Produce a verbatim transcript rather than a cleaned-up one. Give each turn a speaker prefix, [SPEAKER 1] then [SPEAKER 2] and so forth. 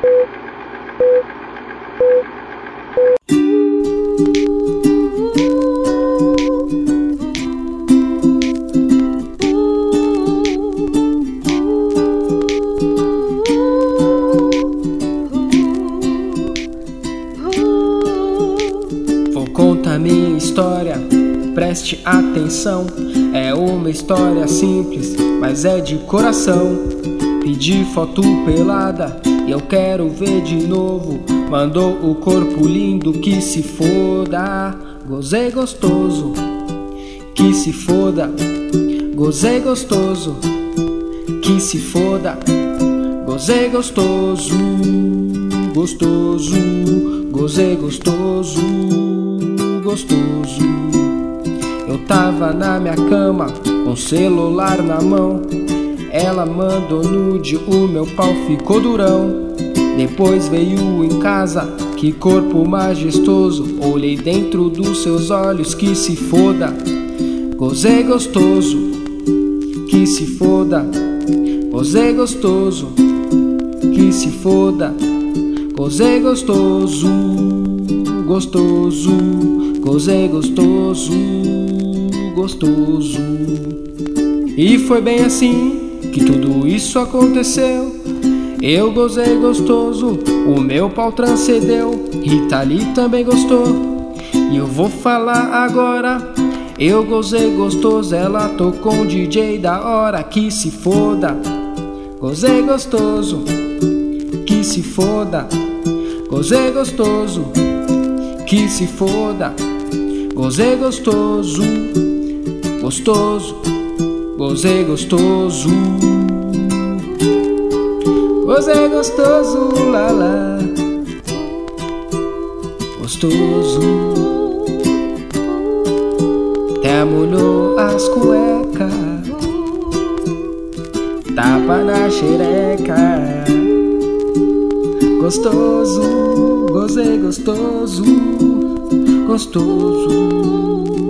[SPEAKER 1] Vou contar minha história, preste atenção. É uma história simples, mas é de coração. Pedi foto pelada e eu quero ver de novo. Mandou o corpo lindo, que se foda. Gozei gostoso, que se foda. Gozei gostoso, que se foda. Gozei gostoso, gostoso. Gozei gostoso, gostoso. Eu tava na minha cama, com o celular na mão. Ela mandou nude, o meu pau ficou durão. Depois veio em casa, que corpo majestoso. Olhei dentro dos seus olhos, que se foda. Gozei gostoso, que se foda. Gozei gostoso, que se foda. Gozei gostoso, gostoso. Gozei gostoso, gostoso. E foi bem assim que tudo isso aconteceu. Eu gozei gostoso, o meu pau transcendeu. Rita Lee também gostou, e eu vou falar agora. Eu gozei gostoso, ela tocou um D J da hora. Que se foda. Gozei gostoso, que se foda. Gozei gostoso, que se foda. Gozei gostoso, gostoso. Gozei gostoso, gozei gostoso, lala. Gostoso. Até molhou as cuecas, tapa na xereca. Gostoso, gozei gostoso, gostoso.